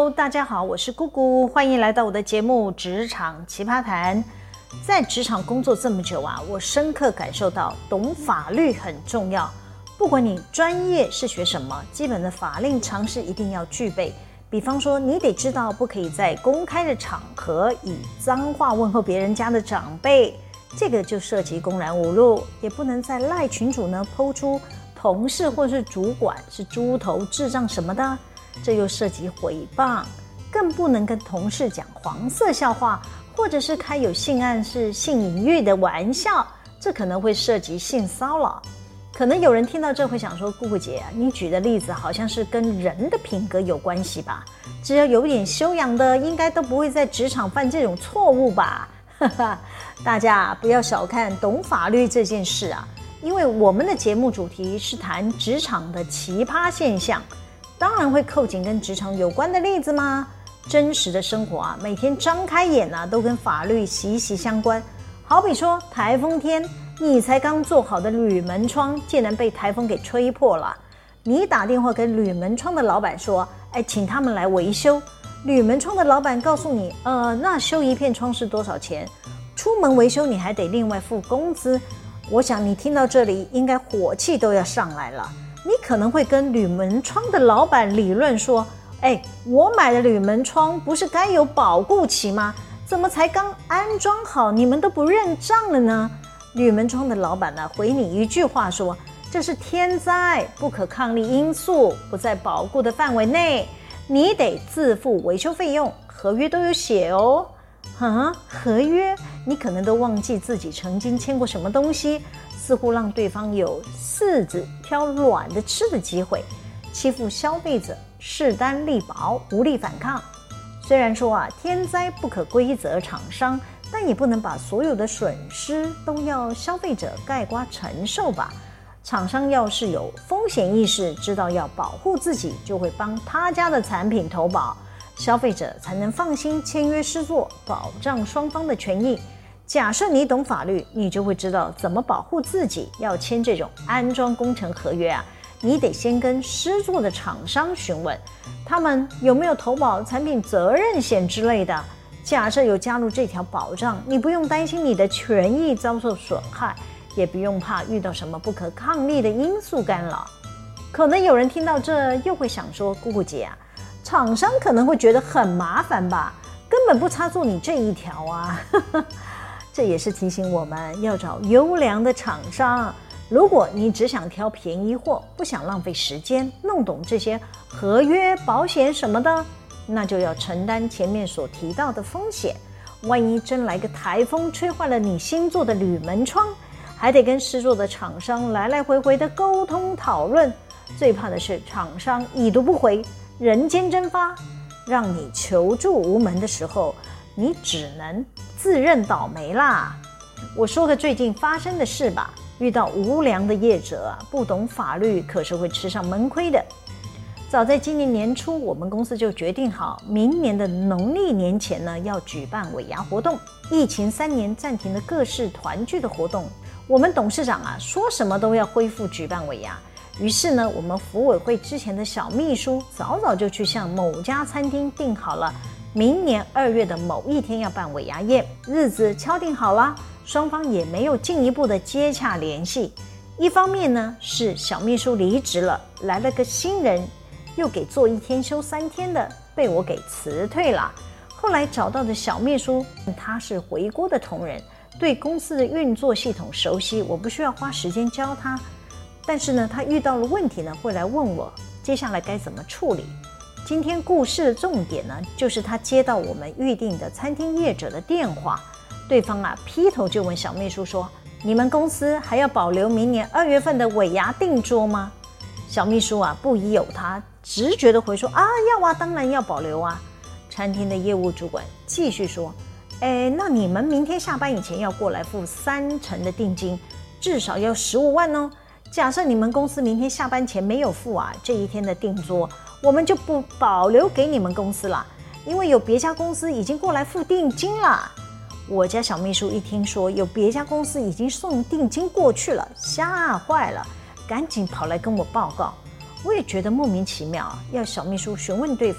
Hello， 大家好，我是姑姑，欢迎来到我的节目《职场奇葩谈》。在职场工作这么久啊，我深刻感受到懂法律很重要。不管你专业是学什么，基本的法令常识一定要具备。比方说，你得知道不可以在公开的场合以脏话问候别人家的长辈，这个就涉及公然侮辱；也不能在赖群组呢抛出同事或是主管是猪头、智障什么的。这又涉及诽谤，更不能跟同事讲黄色笑话，或者是开有性暗示、性隐喻的玩笑，这可能会涉及性骚扰。可能有人听到这会想说，姑姑姐啊，你举的例子好像是跟人的品格有关系吧？只要有点修养的，应该都不会在职场犯这种错误吧？大家不要小看懂法律这件事啊，因为我们的节目主题是谈职场的奇葩现象。当然会扣紧跟职场有关的例子吗？真实的生活啊，每天张开眼啊，都跟法律息息相关。好比说台风天，你才刚做好的铝门窗竟然被台风给吹破了，你打电话跟铝门窗的老板说，请他们来维修。铝门窗的老板告诉你，那修一片窗是多少钱？出门维修你还得另外付工资。我想你听到这里，应该火气都要上来了。你可能会跟铝门窗的老板理论说，我买的铝门窗不是该有保固期吗？怎么才刚安装好，你们都不认账了呢？铝门窗的老板呢，回你一句话说，这是天灾，不可抗力因素，不在保固的范围内，你得自付维修费用，合约都有写哦。合约？你可能都忘记自己曾经签过什么东西，似乎让对方有柿子挑软的吃的机会，欺负消费者势单力薄，无力反抗。虽然说天灾不可归责厂商，但也不能把所有的损失都要消费者概括承受吧。厂商要是有风险意识，知道要保护自己，就会帮他家的产品投保，消费者才能放心签约施作，保障双方的权益。假设你懂法律，你就会知道怎么保护自己。要签这种安装工程合约你得先跟施作的厂商询问，他们有没有投保产品责任险之类的。假设有加入这条保障，你不用担心你的权益遭受损害，也不用怕遇到什么不可抗力的因素干扰。可能有人听到这又会想说，姑姑姐厂商可能会觉得很麻烦吧，根本不插足你这一条啊。这也是提醒我们要找优良的厂商。如果你只想挑便宜货，不想浪费时间弄懂这些合约、保险什么的，那就要承担前面所提到的风险。万一真来个台风吹坏了你新做的铝门窗，还得跟施作的厂商来来回回的沟通讨论。最怕的是厂商已读不回，人间蒸发，让你求助无门的时候，你只能自认倒霉啦。我说个最近发生的事吧，遇到无良的业者不懂法律，可是会吃上闷亏的。早在今年年初，我们公司就决定好，明年的农历年前呢，要举办尾牙活动。疫情3年暂停了各式团聚的活动，我们董事长说什么都要恢复举办尾牙。于是呢，我们福委会之前的小秘书早早就去向某家餐厅订好了，明年2月的某一天要办尾牙宴，日子敲定好了，双方也没有进一步的接洽联系。一方面呢，是小秘书离职了，来了个新人，又给做1天休3天的，被我给辞退了。后来找到的小秘书，他是回国的同仁，对公司的运作系统熟悉，我不需要花时间教他。但是呢，他遇到了问题呢，会来问我接下来该怎么处理。今天故事的重点呢，就是他接到我们预定的餐厅业者的电话，对方劈头就问小秘书说，你们公司还要保留明年2月份的尾牙订桌吗？小秘书不疑有他，直觉的回说要当然要保留啊。餐厅的业务主管继续说，那你们明天下班以前要过来付30%的定金，至少要15万哦。假设你们公司明天下班前没有付这一天的订桌，我们就不保留给你们公司了，因为有别家公司已经过来付定金了。我家小秘书一听说有别家公司已经送定金过去了，吓坏了，赶紧跑来跟我报告。我也觉得莫名其妙，要小秘书询问对方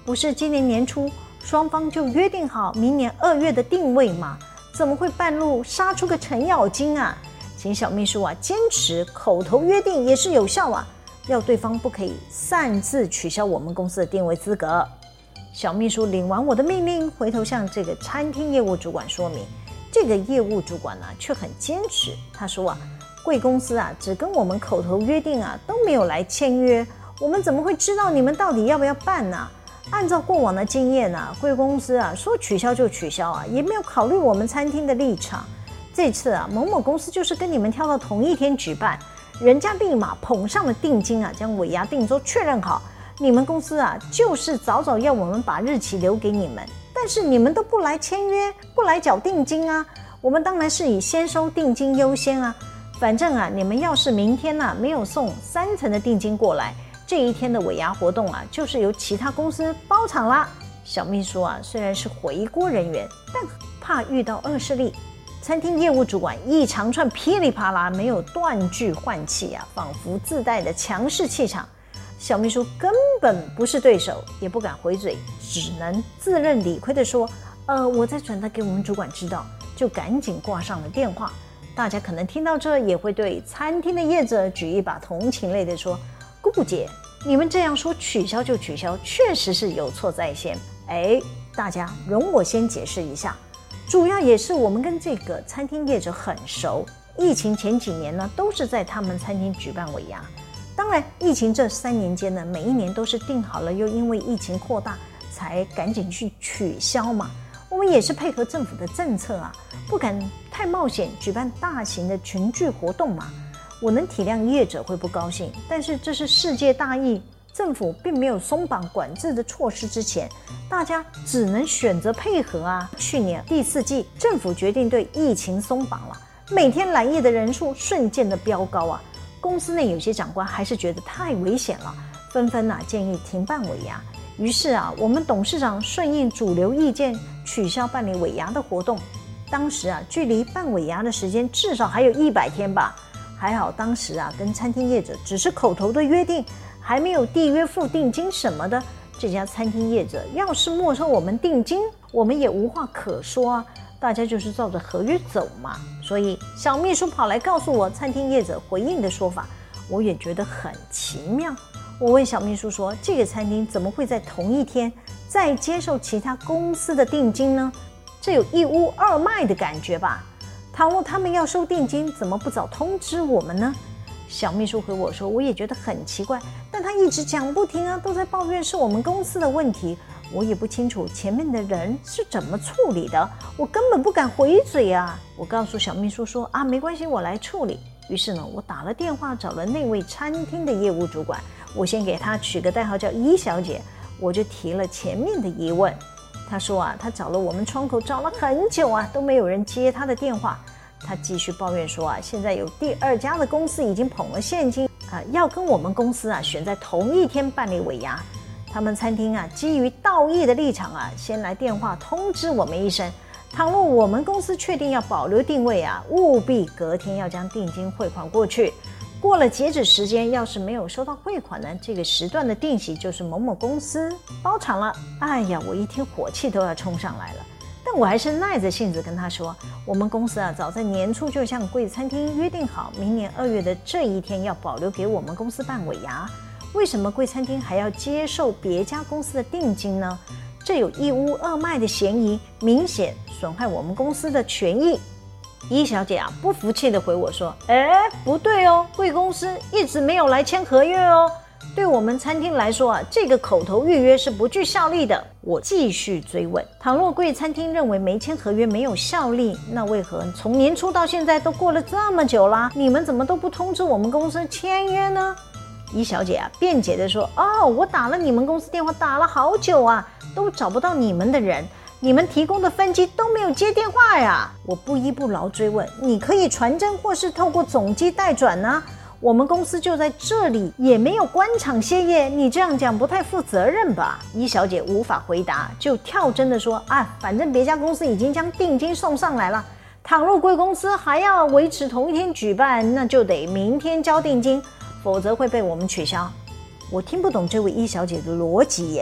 不是今年年初双方就约定好明年2月的定位吗？怎么会半路杀出个程咬金啊？请小秘书坚持口头约定也是有效要对方不可以擅自取消我们公司的定位资格。小秘书领完我的命令，回头向这个餐厅业务主管说明，这个业务主管却很坚持，他说贵公司只跟我们口头约定都没有来签约，我们怎么会知道你们到底要不要办呢？按照过往的经验贵公司说取消就取消也没有考虑我们餐厅的立场。这次某某公司就是跟你们挑到同一天举办，人家立马捧上了定金将尾牙定周确认好，你们公司就是早早要我们把日期留给你们，但是你们都不来签约，不来缴定金我们当然是以先收定金优先反正你们要是明天没有送3成的定金过来，这一天的尾牙活动就是由其他公司包场啦。小秘书虽然是回锅人员，但怕遇到恶势力。餐厅业务主管一长串噼里啪啦，没有断句换气仿佛自带的强势气场。小秘书根本不是对手，也不敢回嘴，只能自认理亏的说我再转达给我们主管知道，就赶紧挂上了电话。大家可能听到这也会对餐厅的业者举一把同情泪的说，顾姐，你们这样说取消就取消，确实是有错在先。大家容我先解释一下，主要也是我们跟这个餐厅业者很熟，疫情前几年都是在他们餐厅举办尾牙。当然疫情这3年间每一年都是定好了，又因为疫情扩大才赶紧去取消嘛。我们也是配合政府的政策不敢太冒险举办大型的群聚活动嘛。我能体谅业者会不高兴，但是这是世界大疫，政府并没有松绑管制的措施之前，大家只能选择配合去年第4季，政府决定对疫情松绑了，每天来业的人数瞬间的飙高公司内有些长官还是觉得太危险了，纷纷建议停办尾牙。于是我们董事长顺应主流意见，取消办理尾牙的活动。当时距离办尾牙的时间至少还有100天吧。还好当时跟餐厅业者只是口头的约定，还没有缔约付定金什么的。这家餐厅业者要是没收我们定金，我们也无话可说大家就是照着合约走嘛。所以小秘书跑来告诉我餐厅业者回应的说法，我也觉得很奇妙。我问小秘书说，这个餐厅怎么会在同一天再接受其他公司的定金呢？这有一屋二卖的感觉吧？倘若他们要收定金，怎么不早通知我们呢？小秘书回我说，我也觉得很奇怪，但他一直讲不停都在抱怨是我们公司的问题。我也不清楚前面的人是怎么处理的，我根本不敢回嘴我告诉小秘书说没关系，我来处理。于是呢，我打了电话找了那位餐厅的业务主管，我先给他取个代号叫伊小姐，我就提了前面的疑问。他说他找了我们窗口找了很久都没有人接他的电话。他继续抱怨说现在有第2家的公司已经捧了现金要跟我们公司选在同一天办理尾牙。他们餐厅基于道义的立场先来电话通知我们一声，倘若我们公司确定要保留定位务必隔天要将定金汇款过去。过了截止时间，要是没有收到汇款呢，这个时段的定席就是某某公司包场了。哎呀，我一听火气都要冲上来了，但我还是耐着性子跟他说，我们公司早在年初就向贵餐厅约定好，明年2月的这一天要保留给我们公司办尾牙。为什么贵餐厅还要接受别家公司的定金呢？这有一屋二卖的嫌疑，明显损害我们公司的权益。伊小姐不服气的回我说，不对贵公司一直没有来签合约对我们餐厅来说这个口头预约是不具效力的。我继续追问，倘若贵餐厅认为没签合约没有效力，那为何从年初到现在都过了这么久啦，你们怎么都不通知我们公司签约呢？伊小姐辩解的说，我打了你们公司电话打了好久都找不到你们的人，你们提供的分机都没有接电话呀。我不依不饶追问，你可以传真或是透过总机代转我们公司就在这里，也没有关厂歇业，你这样讲不太负责任吧？伊小姐无法回答，就跳针的说反正别家公司已经将定金送上来了，倘若贵公司还要维持同一天举办，那就得明天交定金，否则会被我们取消。我听不懂这位伊小姐的逻辑耶，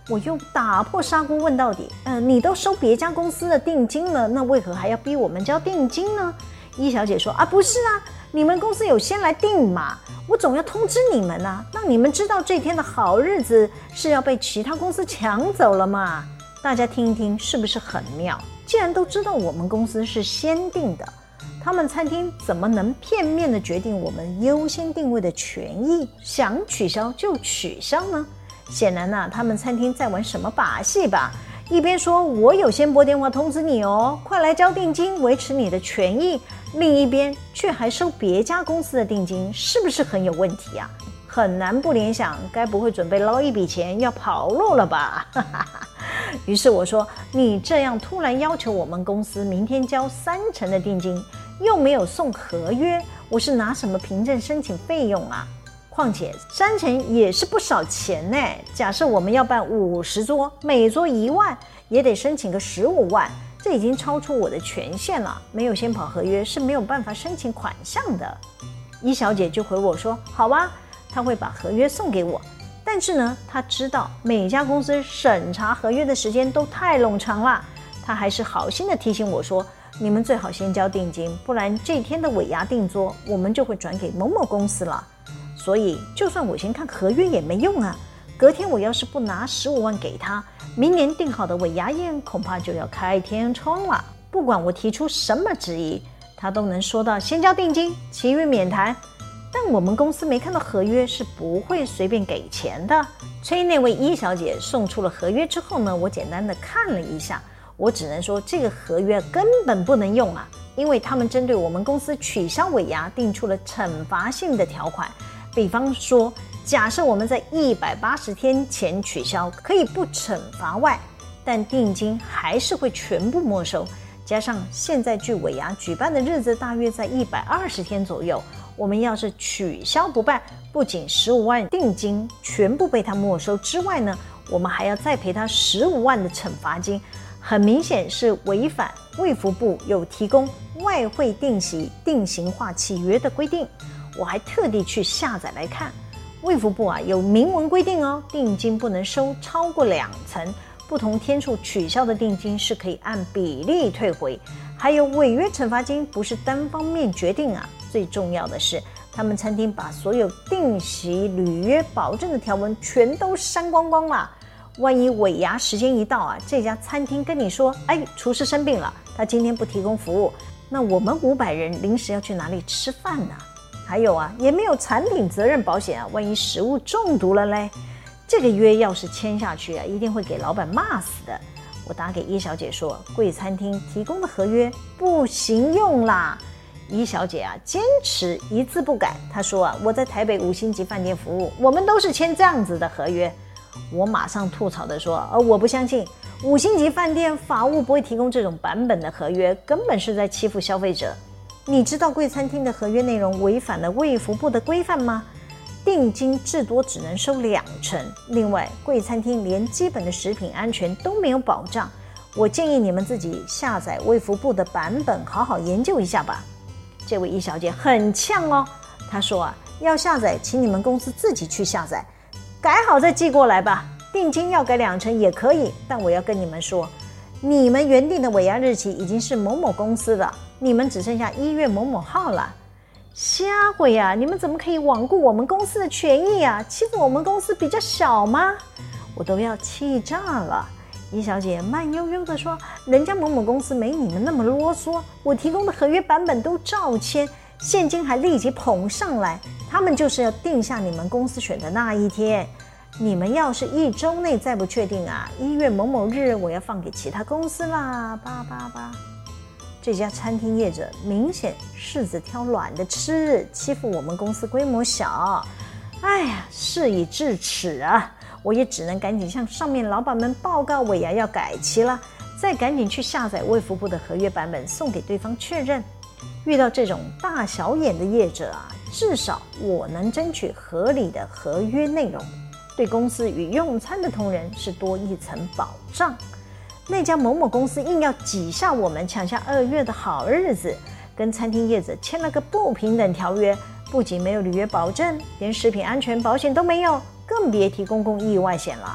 我又打破砂锅问到底，你都收别家公司的定金了，那为何还要逼我们交定金呢？E小姐说不是啊，你们公司有先来定嘛，我总要通知你们啊，让你们知道这天的好日子是要被其他公司抢走了嘛。大家听一听是不是很妙？既然都知道我们公司是先定的，他们餐厅怎么能片面的决定我们优先定位的权益，想取消就取消呢？显然他们餐厅在玩什么把戏吧？一边说我有先拨电话通知你哦，快来交定金维持你的权益，另一边却还收别家公司的定金，是不是很有问题啊？很难不联想，该不会准备捞一笔钱要跑路了吧？于是我说，你这样突然要求我们公司明天交30%的定金，又没有送合约，我是拿什么凭证申请费用啊？况且30%也是不少钱呢。假设我们要办50桌，每桌1万，也得申请个15万，这已经超出我的权限了。没有先跑合约是没有办法申请款项的。E小姐就回我说，好吧，她会把合约送给我，但是呢，她知道每家公司审查合约的时间都太冗长了，她还是好心的提醒我说，你们最好先交定金，不然这天的尾牙订桌我们就会转给某某公司了。所以就算我先看合约也没用啊，隔天我要是不拿15万给他，明年订好的尾牙宴恐怕就要开天窗了。不管我提出什么质疑，他都能说到先交定金，其余免谈。但我们公司没看到合约是不会随便给钱的。催那位E小姐送出了合约之后呢，我简单的看了一下，我只能说这个合约根本不能用啊，因为他们针对我们公司取消尾牙定出了惩罚性的条款。比方说，假设我们在180天前取消，可以不惩罚外，但定金还是会全部没收。加上现在距尾牙举办的日子大约在120天左右，我们要是取消不办，不仅15万定金全部被他没收之外呢，我们还要再赔他15万的惩罚金，很明显是违反卫福部有提供外汇定息定型化契约的规定。我还特地去下载来看，卫福部有明文规定哦，定金不能收超过2成，不同天数取消的定金是可以按比例退回，还有违约惩罚金不是单方面决定啊。最重要的是，他们餐厅把所有定期履约保证的条文全都删光光了。万一尾牙时间一到这家餐厅跟你说，厨师生病了，他今天不提供服务，那我们500人临时要去哪里吃饭呢？还有也没有产品责任保险万一食物中毒了嘞，这个约要是签下去一定会给老板骂死的。我打给E小姐说，贵餐厅提供的合约不行用啦。E小姐坚持一字不改，她说我在台北5星级饭店服务，我们都是签这样子的合约。我马上吐槽的说，我不相信5星级饭店法务不会提供这种版本的合约，根本是在欺负消费者。你知道贵餐厅的合约内容违反了卫福部的规范吗？定金至多只能收2成，另外贵餐厅连基本的食品安全都没有保障。我建议你们自己下载卫福部的版本，好好研究一下吧。这位E小姐很呛哦，她说要下载请你们公司自己去下载，改好再寄过来吧。定金要改2成也可以，但我要跟你们说，你们原定的尾牙日期已经是某某公司了，你们只剩下1月某某号了。瞎回你们怎么可以罔顾我们公司的权益欺负我们公司比较小吗？我都要气炸了。E小姐慢悠悠地说，人家某某公司没你们那么啰嗦，我提供的合约版本都照签，现金还立即捧上来，他们就是要定下你们公司选的那一天。你们要是1周内再不确定1月某某日我要放给其他公司啦，888。这家餐厅业者明显柿子挑软的吃，欺负我们公司规模小。事已至此我也只能赶紧向上面老板们报告尾牙要改期了，再赶紧去下载卫福部的合约版本送给对方确认。遇到这种大小眼的业者至少我能争取合理的合约内容，对公司与用餐的同仁是多一层保障。那家某某公司硬要挤下我们，抢下2月的好日子，跟餐厅业者签了个不平等条约，不仅没有履约保证，连食品安全保险都没有，更别提公共意外险了。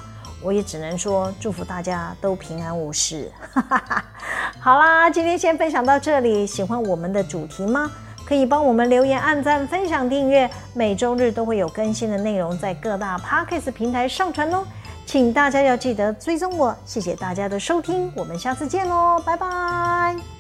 我也只能说祝福大家都平安无事。好啦，今天先分享到这里。喜欢我们的主题吗？可以帮我们留言、按赞、分享、订阅。每周日都会有更新的内容在各大 Podcast 平台上传哦，请大家要记得追踪我。谢谢大家的收听，我们下次见喽，拜拜。